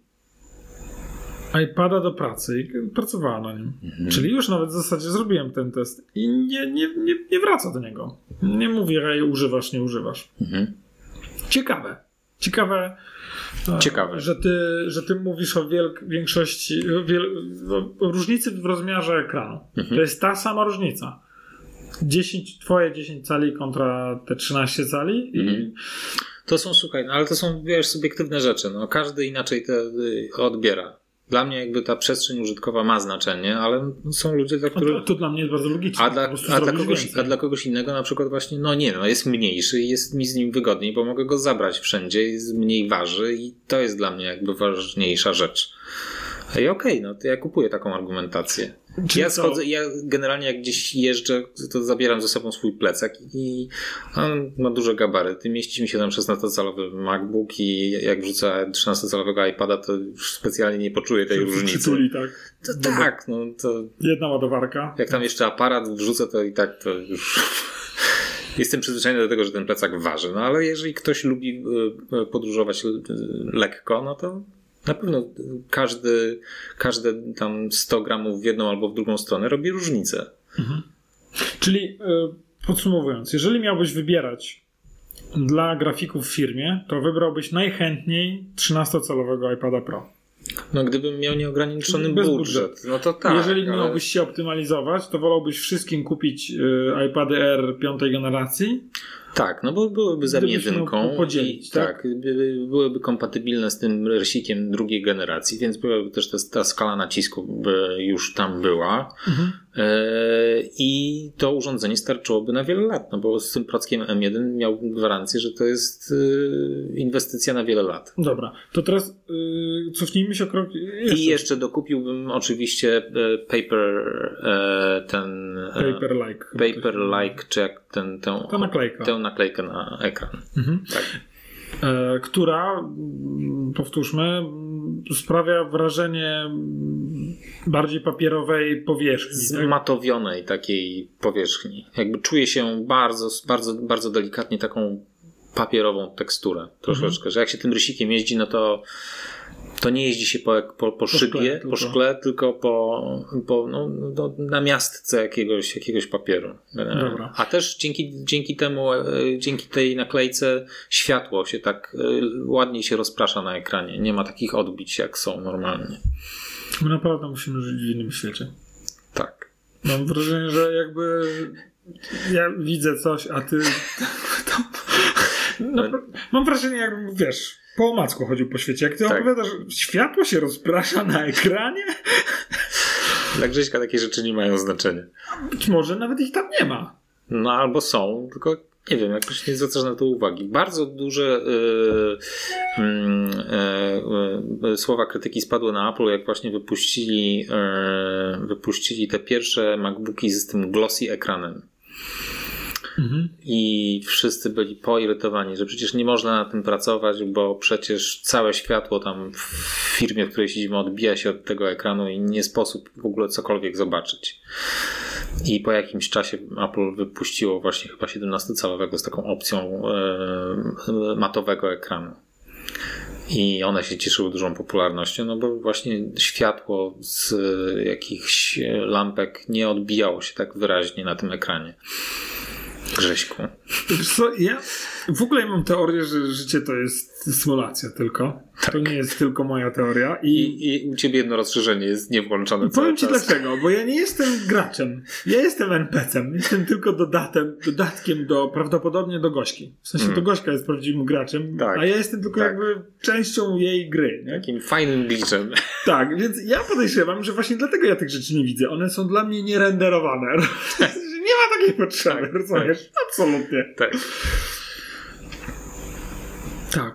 iPada do pracy i pracowała na nim. Mhm. Czyli już nawet w zasadzie zrobiłem ten test i nie, nie, nie, nie wraca do niego. Nie mówię, hej, używasz, nie używasz. Mhm. Ciekawe. Ciekawe, Ciekawe. Że, ty, że ty mówisz o wielk- większości, wiel- o różnicy w rozmiarze ekranu. Mhm. To jest ta sama różnica. dziesięć, twoje dziesięć cali kontra te trzynaście cali. I... Mhm. To są, słuchaj, no ale to są, wiesz, subiektywne rzeczy. No, każdy inaczej to odbiera. Dla mnie jakby ta przestrzeń użytkowa ma znaczenie, ale są ludzie, dla których... To, to dla mnie jest bardzo logiczne. A dla, a, dla kogoś, a dla kogoś innego na przykład właśnie, no nie, no jest mniejszy i jest mi z nim wygodniej, bo mogę go zabrać wszędzie, jest mniej waży i to jest dla mnie jakby ważniejsza rzecz. I okej, okay, no to ja kupuję taką argumentację. Czyli ja schodzę, ja generalnie jak gdzieś jeżdżę, to zabieram ze sobą swój plecak i on ma duże gabaryty. Mieści mi się tam szesnastocalowy MacBook i jak wrzucę trzynastocalowego iPada, to już specjalnie nie poczuję tej różnicy. Przytuli, tak. To, tak, no to... Jedna ładowarka. Jak tam jeszcze aparat wrzucę, to i tak to już... Jestem przyzwyczajony do tego, że ten plecak waży. No ale jeżeli ktoś lubi podróżować lekko, no to na pewno każdy, każde tam sto gramów w jedną albo w drugą stronę robi różnicę. Mhm. Czyli yy, podsumowując, jeżeli miałbyś wybierać dla grafików w firmie, to wybrałbyś najchętniej trzynastocalowego iPada Pro. No gdybym miał nieograniczony Bez budżet, budżetu. no to tak. Jeżeli ale... miałbyś się optymalizować, to wolałbyś wszystkim kupić yy, iPady Air piątej generacji? Tak, no bo byłyby z M jeden podzielić, i, tak? tak, byłyby kompatybilne z tym rysikiem drugiej generacji, więc byłaby też ta, ta skala nacisku by już tam była. Mhm. E, i to urządzenie starczyłoby na wiele lat, no bo z tym prockiem M jeden miał gwarancję, że to jest e, inwestycja na wiele lat. Dobra, to teraz yy, cofnijmy się o krok. Jeszcze. I jeszcze dokupiłbym oczywiście e, paper e, ten Paper-like. Paper-like, czy jak ten, tę, Ta naklejka. tę naklejkę na ekran. Mhm. Tak. E, która, powtórzmy, sprawia wrażenie bardziej papierowej powierzchni. Zmatowionej takiej powierzchni. Jakby czuje się bardzo, bardzo, bardzo delikatnie taką papierową teksturę troszeczkę, mhm. że jak się tym rysikiem jeździ, no to to nie jeździ się po, po, po szybie, szkle, po szkle, tylko po, po no, no, na miastce jakiegoś, jakiegoś papieru. Dobra. A też dzięki, dzięki temu, dzięki tej naklejce światło się tak ładniej się rozprasza na ekranie. Nie ma takich odbić, jak są normalnie. My naprawdę musimy żyć w innym świecie. Tak. Mam wrażenie, że jakby ja widzę coś, a ty no, mam wrażenie, jakbym, wiesz, po omacku chodził po świecie. Jak ty tak. opowiadasz, światło się rozprasza na ekranie? Dla Grześka takie rzeczy nie mają znaczenia. Być może nawet ich tam nie ma. No albo są, tylko nie wiem, jakoś nie zwracasz na to uwagi. Bardzo duże yy, yy, yy, słowa krytyki spadły na Apple, jak właśnie wypuścili, yy, wypuścili te pierwsze MacBooki z tym glossy ekranem. Mhm. I wszyscy byli poirytowani, że przecież nie można na tym pracować, bo przecież całe światło tam w firmie, w której siedzimy, odbija się od tego ekranu i nie sposób w ogóle cokolwiek zobaczyć. I po jakimś czasie Apple wypuściło właśnie chyba siedemnastocalowego z taką opcją e, matowego ekranu. I one się cieszyły dużą popularnością, no bo właśnie światło z jakichś lampek nie odbijało się tak wyraźnie na tym ekranie. Grześku. Co, ja w ogóle mam teorię, że życie to jest symulacja tylko. Tak. To nie jest tylko moja teoria. I, I, i u ciebie jedno rozszerzenie jest niewłączone I cały powiem ci czas. dlaczego, bo ja nie jestem graczem. Ja jestem en pe cem. Jestem tylko dodatem, dodatkiem do, prawdopodobnie do Gośki. W sensie hmm. to Gośka jest prawdziwym graczem, tak. a ja jestem tylko tak. jakby częścią jej gry. Nie? Takim fajnym glitchem. Tak, więc ja podejrzewam, że właśnie dlatego ja tych rzeczy nie widzę. One są dla mnie nierenderowane. Nie ma takiej potrzeby, tak, rozumiesz? Tak. Absolutnie. Tak. Tak.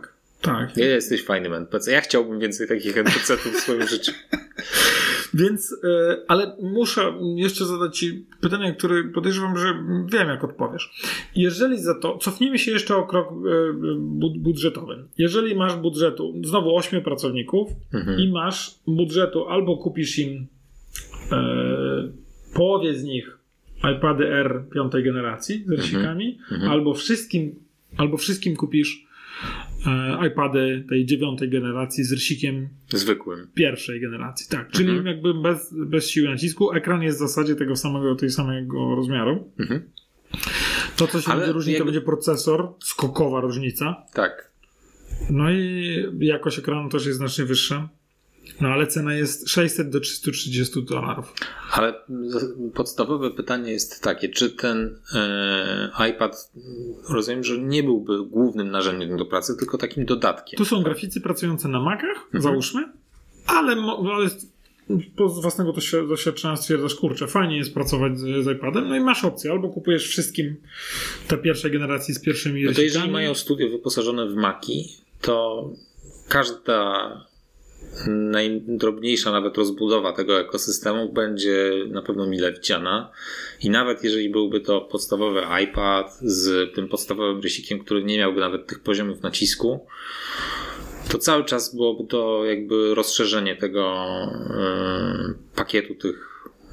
Tak. Nie jesteś fajnym N P C. Ja chciałbym więcej takich N P C-ów w swoim życiu. Więc, yy, ale muszę jeszcze zadać ci pytanie, które podejrzewam, że wiem, jak odpowiesz. Jeżeli za to, cofnijmy się jeszcze o krok yy, budżetowy. Jeżeli masz budżetu, znowu ośmiu pracowników mhm. i masz budżetu, albo kupisz im yy, połowie z nich iPady R piątej generacji z rysikami, mhm. albo wszystkim, albo wszystkim kupisz e, iPady tej dziewiątej generacji z rysikiem zwykłym pierwszej generacji. Tak, czyli mhm. jakby bez, bez siły nacisku. Ekran jest w zasadzie tego samego, tej samego rozmiaru. Mhm. To, co się będzie różnić, jakby... to będzie procesor, skokowa różnica. Tak. No i jakość ekranu też jest znacznie wyższa. No ale cena jest sześćset do trzystu trzydziestu dolarów. Ale podstawowe pytanie jest takie, czy ten e, iPad, rozumiem, że nie byłby głównym narzędziem do pracy, tylko takim dodatkiem. Tu są graficy pracujący na Macach, mhm. załóżmy, ale, ale z własnego doświadczenia stwierdzasz, kurczę, fajnie jest pracować z, z iPadem, no i masz opcję, albo kupujesz wszystkim te pierwszej generacji z pierwszymi no to rysikami. Jeżeli mają studio wyposażone w Maci, to każda najdrobniejsza nawet rozbudowa tego ekosystemu będzie na pewno mile widziana i nawet jeżeli byłby to podstawowy iPad z tym podstawowym rysikiem, który nie miałby nawet tych poziomów nacisku, to cały czas byłoby to jakby rozszerzenie tego yy, pakietu tych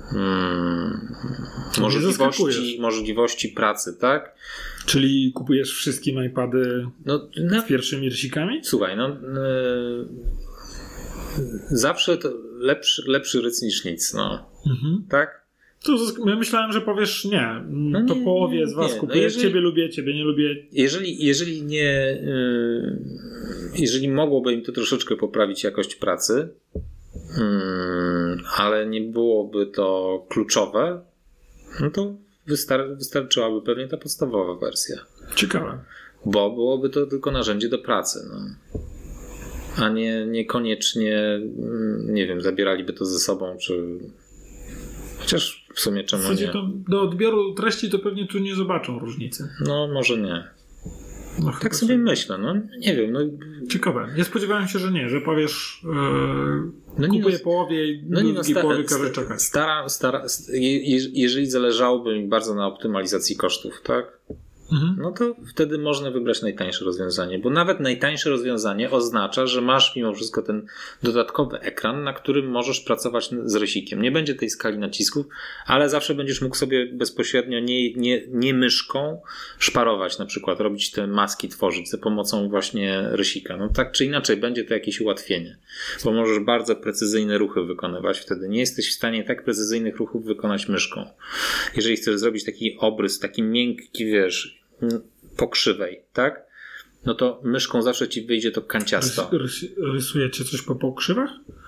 yy, możliwości, możliwości pracy, tak? Czyli kupujesz wszystkim iPady no, no, z pierwszymi rysikami? Słuchaj, no yy, zawsze to lepszy, lepszy ryc niż nic, no. Mhm. Tak? To ja myślałem, że powiesz nie. No to nie, połowie z was kupuję. No jeżeli, ciebie lubię, ciebie nie lubię. Jeżeli, jeżeli nie yy, jeżeli mogłoby im to troszeczkę poprawić jakość pracy, yy, ale nie byłoby to kluczowe, no to wystar- wystarczyłaby pewnie ta podstawowa wersja. Ciekawe. Bo byłoby to tylko narzędzie do pracy, no. A nie, niekoniecznie, nie wiem, zabieraliby to ze sobą, czy... Chociaż w sumie czemu w sensie nie? To do odbioru treści to pewnie tu nie zobaczą różnicy. No, może nie. No, tak sobie się... myślę, no nie wiem. No... Ciekawe. Nie spodziewałem się, że nie, że powiesz yy, no kupuję no, połowie i no drugiej no, sta- połowie każe czekać. Stara, stara, je, jeżeli zależałoby mi bardzo na optymalizacji kosztów, tak? Mhm. No to wtedy można wybrać najtańsze rozwiązanie, bo nawet najtańsze rozwiązanie oznacza, że masz mimo wszystko ten dodatkowy ekran, na którym możesz pracować z rysikiem. Nie będzie tej skali nacisków, ale zawsze będziesz mógł sobie bezpośrednio nie, nie, nie myszką szparować, na przykład robić te maski, tworzyć za pomocą właśnie rysika. No tak czy inaczej będzie to jakieś ułatwienie, bo możesz bardzo precyzyjne ruchy wykonywać wtedy. Nie jesteś w stanie tak precyzyjnych ruchów wykonać myszką. Jeżeli chcesz zrobić taki obrys, taki miękki, wiesz, pokrzywej, tak? No to myszką zawsze ci wyjdzie to kanciasto. Rys, rys, rysujecie coś po pokrzywach?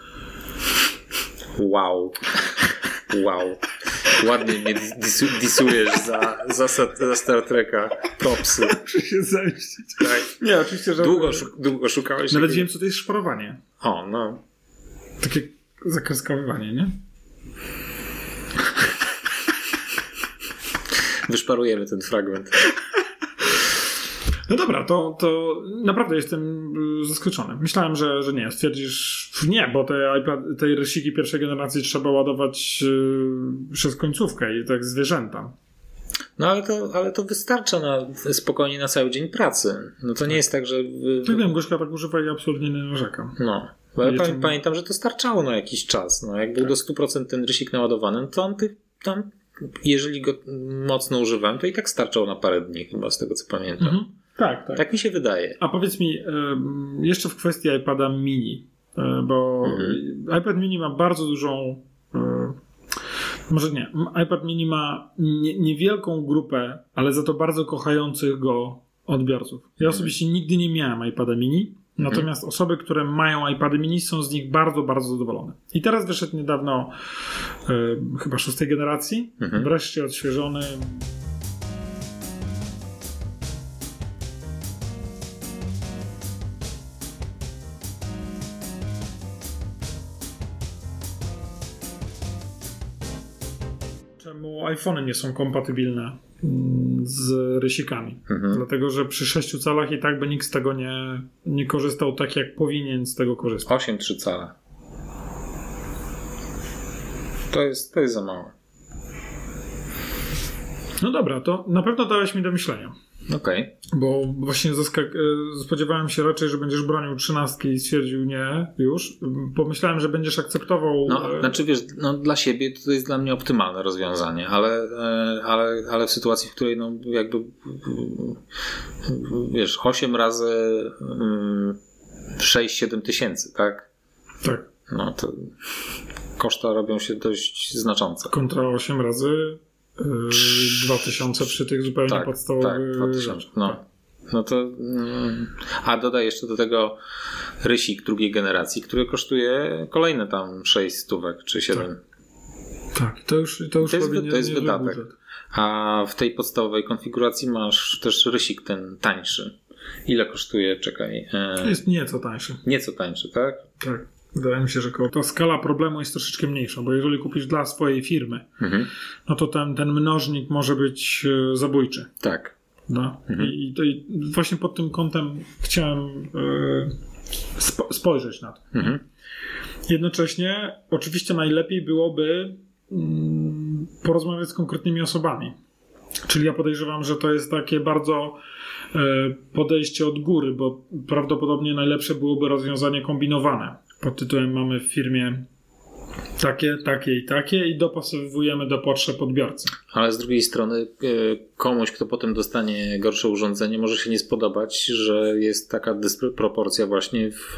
Wow. Wow. Ładnie mnie disu, disujesz za, za, za Star Treka. Propsy. Muszę się zemścić. Tak. Nie, oczywiście, że... Długo, długo szukałeś... Nawet wiem, co to jest szparowanie. O, no. Takie zakreskowywanie, nie? Wyszparujemy ten fragment. No dobra, to, to naprawdę jestem zaskoczony. Myślałem, że, że nie. Stwierdzisz, nie, bo te, iPad, te rysiki pierwszej generacji trzeba ładować yy, przez końcówkę i tak zwierzęta. No ale to, ale to wystarcza na, spokojnie na cały dzień pracy. No to nie jest tak, że... Tak wiem, Gorzka tak używa i absolutnie nie narzekam. No. Bo ja pamię- pamiętam, że to starczało na jakiś czas. No, jak był tak. do stu procent ten rysik naładowany, to on ty, tam, jeżeli go mocno używałem, to i tak starczało na parę dni chyba, z tego co pamiętam. Mhm. Tak, tak. Tak mi się wydaje. A powiedz mi, jeszcze w kwestii iPada mini, bo mhm. iPad mini ma bardzo dużą, może nie, iPad mini ma nie, niewielką grupę, ale za to bardzo kochających go odbiorców. Ja mhm. osobiście nigdy nie miałem iPada mini, natomiast mhm. osoby, które mają iPady mini, są z nich bardzo, bardzo zadowolone. I teraz wyszedł niedawno y, chyba szóstej generacji, mhm. wreszcie odświeżony. czemu iPhony nie są kompatybilne z rysikami. Mhm. Dlatego, że przy sześciu calach i tak by nikt z tego nie, nie korzystał tak, jak powinien z tego korzystać. osiem przecinek trzy cala. To jest, to jest za mało. No dobra, to na pewno dałeś mi do myślenia. Okej. Okay. Bo właśnie zaskak- spodziewałem się raczej, że będziesz bronił trzynastki i stwierdził nie już. Pomyślałem, że będziesz akceptował... No, znaczy wiesz, no, dla siebie to jest dla mnie optymalne rozwiązanie, ale, ale, ale w sytuacji, w której no jakby wiesz, osiem razy sześć siedem tysięcy, tak? Tak. No to koszta robią się dość znaczące. Kontra osiem razy dwa tysiące przy tych zupełnie tak, podstawowych... Tak, dwa tysiące. No. No to... A dodaj jeszcze do tego rysik drugiej generacji, który kosztuje kolejne tam sześć stówek czy siedem. Tak, tak. To już, to już to jest, robi nie, to jest nie wydatek. budżet. A w tej podstawowej konfiguracji masz też rysik ten tańszy. Ile kosztuje? Czekaj. To jest nieco tańszy. Nieco tańszy, tak? Tak. Wydaje mi się, że ta skala problemu jest troszeczkę mniejsza, bo jeżeli kupisz dla swojej firmy, mhm. no to ten, ten mnożnik może być zabójczy. Tak. No. Mhm. I, i, to, I właśnie pod tym kątem chciałem yy, spo, spojrzeć na to. Mhm. Jednocześnie oczywiście najlepiej byłoby yy, porozmawiać z konkretnymi osobami. Czyli ja podejrzewam, że to jest takie bardzo yy, podejście od góry, bo prawdopodobnie najlepsze byłoby rozwiązanie kombinowane. Pod tytułem mamy w firmie takie, takie i takie i dopasowujemy do potrzeb odbiorcy. Ale z drugiej strony komuś, kto potem dostanie gorsze urządzenie, może się nie spodobać, że jest taka dysproporcja właśnie w,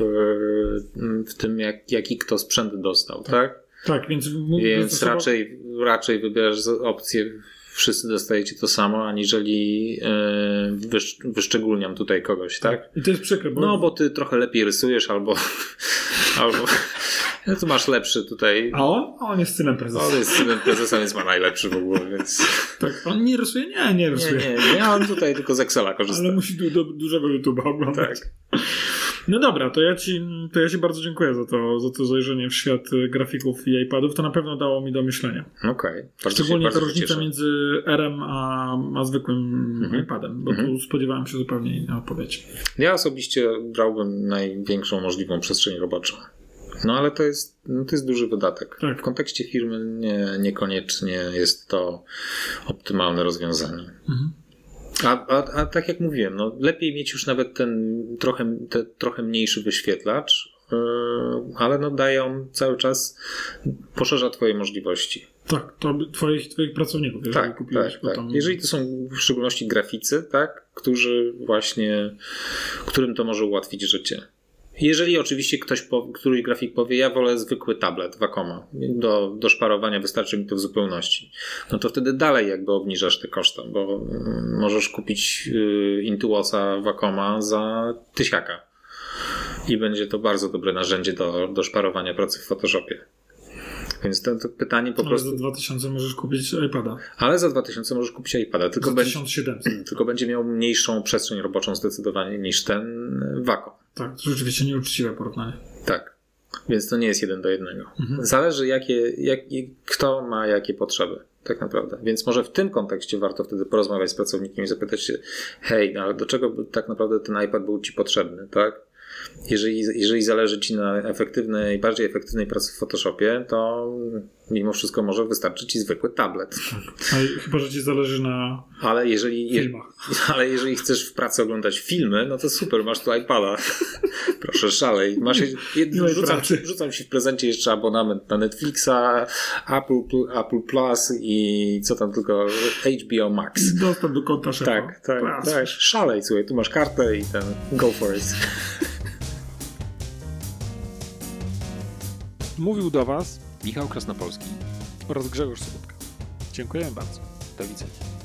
w tym, jak, jaki kto sprzęt dostał, tak? Tak, tak więc, więc raczej, raczej wybierasz opcję wszyscy dostajecie to samo, aniżeli yy, wysz, wyszczególniam tutaj kogoś, tak? tak? I to jest przykre, bo... No, bo ty trochę lepiej rysujesz, albo... albo no to masz lepszy tutaj... A on? A on jest synem prezesa. On jest synem prezesa, więc ma najlepszy w ogóle, więc... Tak, on nie rysuje? Nie, nie rysuje. Nie, nie, nie, on tutaj tylko z Excela korzysta. Ale musi du- do dużego YouTube'a oglądać. Tak. No dobra, to ja ci, to ja ci bardzo dziękuję za to, za to zajrzenie w świat grafików i iPadów. To na pewno dało mi do myślenia. Okej. Okay. Szczególnie ta różnica między R-em a, a zwykłym mhm. iPadem, bo mhm. tu spodziewałem się zupełnie innej odpowiedzi. Ja osobiście brałbym największą możliwą przestrzeń roboczą. No ale to jest, no, to jest duży wydatek. Tak. W kontekście firmy nie, niekoniecznie jest to optymalne rozwiązanie. Mhm. A, a, a tak jak mówiłem, no, lepiej mieć już nawet ten trochę, te, trochę mniejszy wyświetlacz, yy, ale no dają cały czas, poszerza twoje możliwości. Tak, to twoich, twoich pracowników, jeżeli tak, kupiłeś. Tak, potem... tak. Jeżeli to są w szczególności graficy, tak, którzy właśnie, którym to może ułatwić życie. Jeżeli oczywiście ktoś, po, któryś grafik powie, ja wolę zwykły tablet Wacoma, do, do szparowania wystarczy mi to w zupełności, no to wtedy dalej jakby obniżasz te koszta, bo możesz kupić y, Intuosa Wacoma za tysiaka i będzie to bardzo dobre narzędzie do, do szparowania pracy w Photoshopie. Więc to, to pytanie po ale prostu... za dwa tysiące możesz kupić iPada. Ale za dwa tysiące możesz kupić iPada. Tylko za tysiąc siedemset. Będzie, tylko będzie miał mniejszą przestrzeń roboczą zdecydowanie niż ten Wacom. Tak, to rzeczywiście nieuczciwe porównanie. Tak, więc to nie jest jeden do jednego. Mhm. Zależy jakie, jak, kto ma jakie potrzeby. Tak naprawdę. Więc może w tym kontekście warto wtedy porozmawiać z pracownikiem i zapytać się, hej, no ale do czego tak naprawdę ten iPad był ci potrzebny, tak? Jeżeli, jeżeli zależy ci na efektywnej, bardziej efektywnej pracy w Photoshopie, to mimo wszystko może wystarczyć ci zwykły tablet. Tak. Ale chyba, że ci zależy na ale jeżeli, filmach. Je, ale jeżeli chcesz w pracy oglądać filmy, no to super, masz tu iPada. Proszę, szalej. Masz, jedno, rzucam, rzucam ci w prezencie jeszcze abonament na Netflixa, Apple, Apple Plus i co tam tylko, H B O Max. Dostęp do konta szefa. Tak, tak, tak. Szalej, słuchaj, tu masz kartę i ten go for it. Mówił do Was Michał Krasnopolski oraz Grzegorz Sobotka. Dziękuję bardzo. Do widzenia.